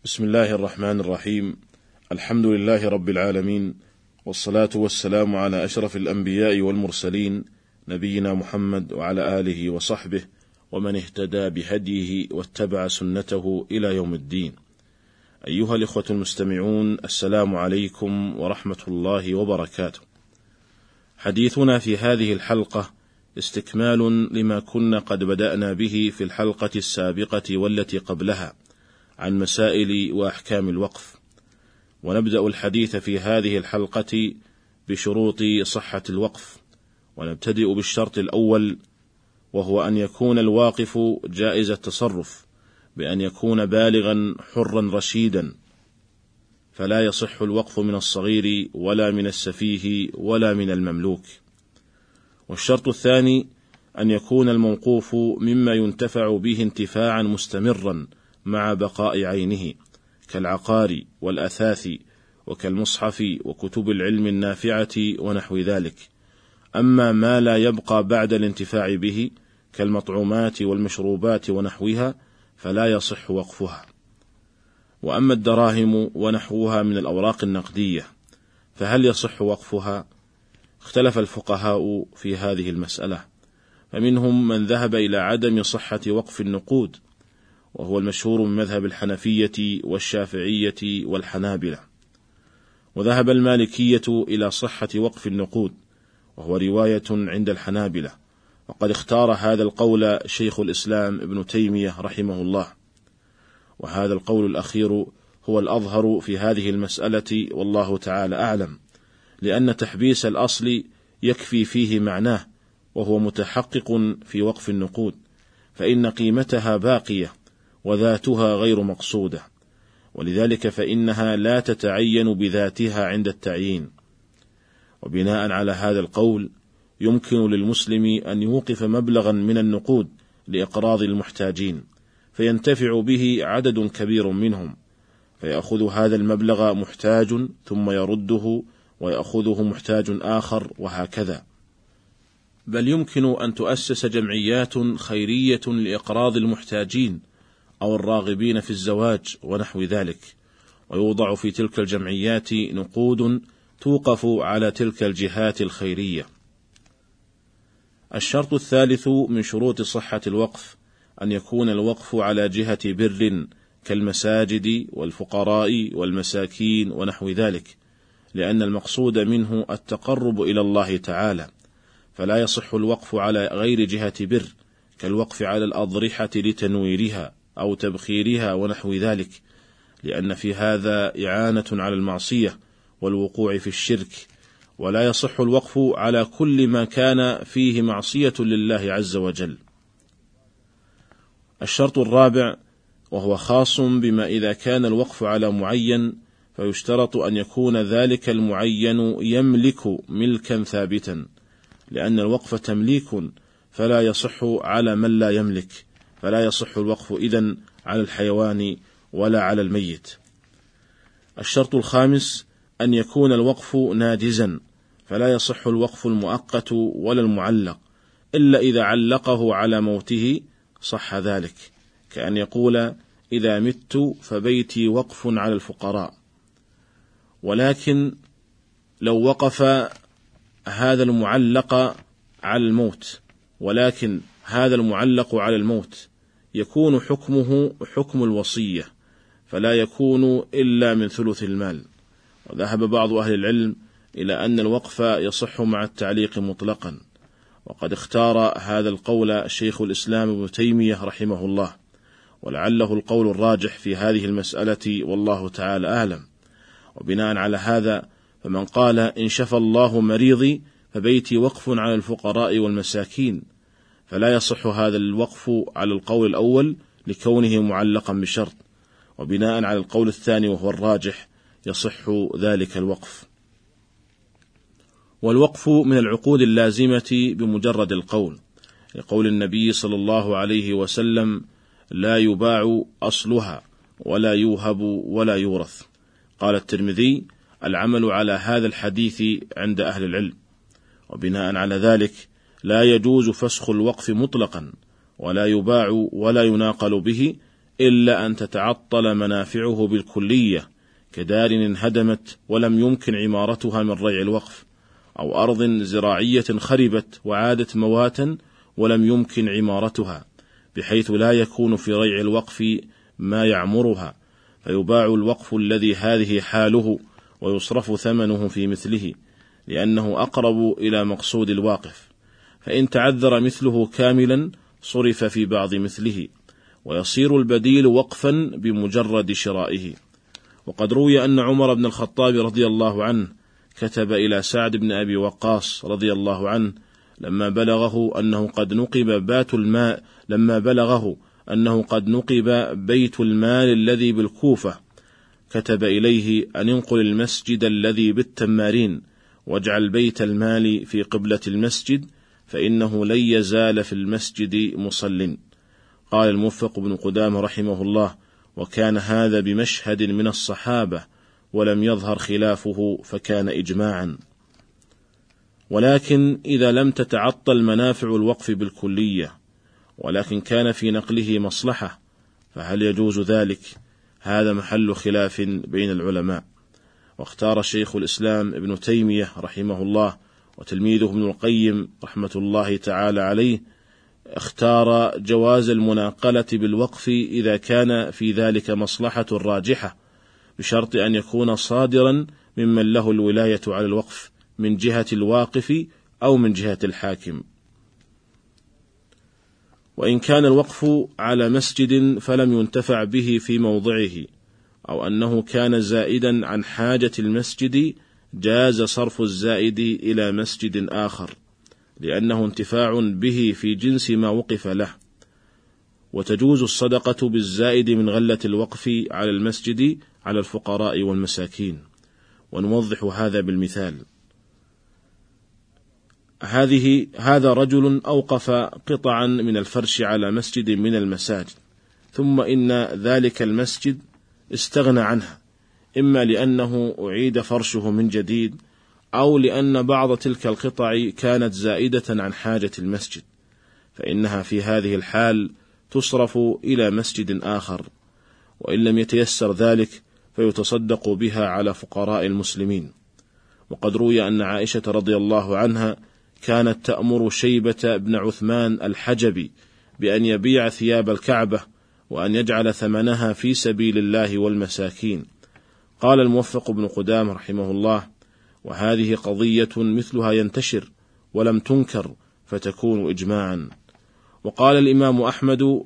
بسم الله الرحمن الرحيم. الحمد لله رب العالمين، والصلاة والسلام على أشرف الأنبياء والمرسلين، نبينا محمد وعلى آله وصحبه ومن اهتدى بهديه واتبع سنته إلى يوم الدين. أيها الإخوة المستمعون، السلام عليكم ورحمة الله وبركاته. حديثنا في هذه الحلقة استكمال لما كنا قد بدأنا به في الحلقة السابقة والتي قبلها عن مسائل وأحكام الوقف، ونبدأ الحديث في هذه الحلقة بشروط صحة الوقف، ونبتدئ بالشرط الأول، وهو أن يكون الواقف جائز التصرف، بأن يكون بالغا حرا رشيدا، فلا يصح الوقف من الصغير ولا من السفيه ولا من المملوك. والشرط الثاني أن يكون الموقوف مما ينتفع به انتفاعا مستمرا مع بقاء عينه، كالعقار والأثاث وكالمصحف وكتب العلم النافعة ونحو ذلك. أما ما لا يبقى بعد الانتفاع به كالمطعومات والمشروبات ونحوها فلا يصح وقفها. وأما الدراهم ونحوها من الأوراق النقدية فهل يصح وقفها؟ اختلف الفقهاء في هذه المسألة، فمنهم من ذهب إلى عدم صحة وقف النقود، وهو المشهور من مذهب الحنفية والشافعية والحنابلة. وذهب المالكية إلى صحة وقف النقود، وهو رواية عند الحنابلة، وقد اختار هذا القول شيخ الإسلام ابن تيمية رحمه الله. وهذا القول الأخير هو الأظهر في هذه المسألة، والله تعالى أعلم، لأن تحبيس الأصل يكفي فيه معناه، وهو متحقق في وقف النقود، فإن قيمتها باقية وذاتها غير مقصودة، ولذلك فإنها لا تتعين بذاتها عند التعيين. وبناء على هذا القول يمكن للمسلم أن يوقف مبلغا من النقود لإقراض المحتاجين، فينتفع به عدد كبير منهم، فيأخذ هذا المبلغ محتاج ثم يرده، ويأخذه محتاج آخر، وهكذا. بل يمكن أن تؤسس جمعيات خيرية لإقراض المحتاجين أو الراغبين في الزواج ونحو ذلك، ويوضع في تلك الجمعيات نقود توقف على تلك الجهات الخيرية. الشرط الثالث من شروط صحة الوقف أن يكون الوقف على جهة بر، كالمساجد والفقراء والمساكين ونحو ذلك، لأن المقصود منه التقرب إلى الله تعالى، فلا يصح الوقف على غير جهة بر، كالوقف على الأضرحة لتنويرها أو تبخيرها ونحو ذلك، لأن في هذا إعانة على المعصية والوقوع في الشرك. ولا يصح الوقف على كل ما كان فيه معصية لله عز وجل. الشرط الرابع، وهو خاص بما إذا كان الوقف على معين، فيشترط أن يكون ذلك المعين يملك ملكا ثابتا، لأن الوقف تمليك فلا يصح على من لا يملك، فلا يصح الوقف إذن على الحيوان ولا على الميت. الشرط الخامس أن يكون الوقف ناجزا، فلا يصح الوقف المؤقت ولا المعلق، إلا إذا علقه على موته صح ذلك، كأن يقول إذا مت فبيتي وقف على الفقراء. ولكن لو وقف هذا المعلق على الموت، ولكن هذا المعلق على الموت يكون حكمه حكم الوصية، فلا يكون إلا من ثلث المال. وذهب بعض أهل العلم إلى أن الوقف يصح مع التعليق مطلقا، وقد اختار هذا القول شيخ الإسلام ابن تيمية رحمه الله، ولعله القول الراجح في هذه المسألة، والله تعالى أعلم. وبناء على هذا فمن قال إن شفى الله مريضي فبيتي وقف على الفقراء والمساكين، فلا يصح هذا الوقف على القول الأول لكونه معلقا بشرط، وبناء على القول الثاني وهو الراجح يصح ذلك الوقف. والوقف من العقود اللازمة بمجرد القول، لقول النبي صلى الله عليه وسلم لا يباع أصلها ولا يوهب ولا يورث. قال الترمذي العمل على هذا الحديث عند أهل العلم. وبناء على ذلك لا يجوز فسخ الوقف مطلقا، ولا يباع ولا يناقل به إلا أن تتعطل منافعه بالكلية، كدار انهدمت ولم يمكن عمارتها من ريع الوقف، أو أرض زراعية خربت وعادت مواتا ولم يمكن عمارتها، بحيث لا يكون في ريع الوقف ما يعمرها، فيباع الوقف الذي هذه حاله ويصرف ثمنه في مثله، لأنه أقرب إلى مقصود الواقف. فإن تعذر مثله كاملا صرف في بعض مثله، ويصير البديل وقفا بمجرد شرائه. وقد روي أن عمر بن الخطاب رضي الله عنه كتب إلى سعد بن أبي وقاص رضي الله عنه لما بلغه أنه قد نقب بيت المال الذي بالكوفة، كتب إليه أن ينقل المسجد الذي بالتمارين، واجعل بيت المال في قبلة المسجد، فإنه لن يزال في المسجد مصل. قال الموفق بن قدامة رحمه الله: وكان هذا بمشهد من الصحابة ولم يظهر خلافه، فكان إجماعا. ولكن إذا لم تتعطل منافع الوقف بالكلية، ولكن كان في نقله مصلحة، فهل يجوز ذلك؟ هذا محل خلاف بين العلماء. واختار شيخ الإسلام ابن تيمية رحمه الله وتلميذه ابن القيم رحمة الله تعالى عليه، اختار جواز المناقلة بالوقف إذا كان في ذلك مصلحة راجحة، بشرط أن يكون صادرا ممن له الولاية على الوقف من جهة الواقف أو من جهة الحاكم. وإن كان الوقف على مسجد فلم ينتفع به في موضعه، أو أنه كان زائدا عن حاجة المسجد، جاز صرف الزائد إلى مسجد آخر، لأنه انتفاع به في جنس ما وقف له. وتجوز الصدقة بالزائد من غلة الوقف على المسجد على الفقراء والمساكين. ونوضح هذا بالمثال: هذا رجل أوقف قطعا من الفرش على مسجد من المساجد، ثم إن ذلك المسجد استغنى عنها، إما لأنه أعيد فرشه من جديد، أو لأن بعض تلك القطع كانت زائدة عن حاجة المسجد، فإنها في هذه الحال تصرف إلى مسجد آخر، وإن لم يتيسر ذلك فيتصدق بها على فقراء المسلمين. وقد روي أن عائشة رضي الله عنها كانت تأمر شيبة بن عثمان الحجبي بأن يبيع ثياب الكعبة وأن يجعل ثمنها في سبيل الله والمساكين. قال الموفق بن قدامة رحمه الله: وهذه قضية مثلها ينتشر ولم تنكر فتكون إجماعا. وقال الإمام أحمد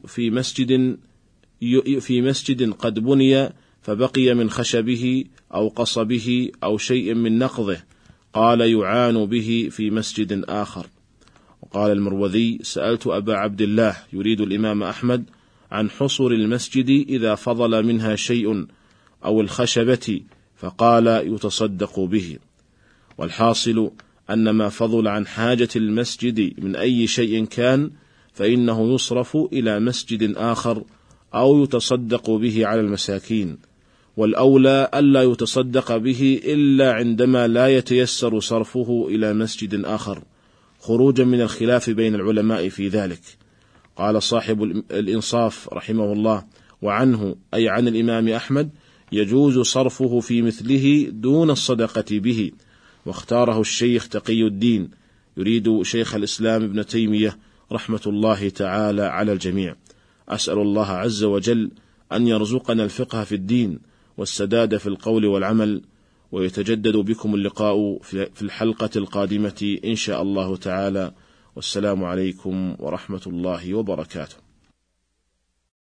في مسجد قد بني فبقي من خشبه أو قصبه أو شيء من نقضه، قال يعان به في مسجد آخر. وقال المروذي: سألت أبا عبد الله يريد الإمام أحمد عن حصر المسجد إذا فضل منها شيء أو الخشبة، فقال يتصدق به. والحاصل أن ما فضل عن حاجة المسجد من أي شيء كان فإنه يصرف إلى مسجد آخر أو يتصدق به على المساكين، والأولى ألا يتصدق به إلا عندما لا يتيسر صرفه إلى مسجد آخر، خروجا من الخلاف بين العلماء في ذلك. قال صاحب الإنصاف رحمه الله: وعنه أي عن الإمام أحمد يجوز صرفه في مثله دون الصدقة به. واختاره الشيخ تقي الدين يريد شيخ الإسلام ابن تيمية رحمة الله تعالى على الجميع. أسأل الله عز وجل أن يرزقنا الفقه في الدين والسداد في القول والعمل، ويتجدد بكم اللقاء في الحلقة القادمة إن شاء الله تعالى. والسلام عليكم ورحمة الله وبركاته.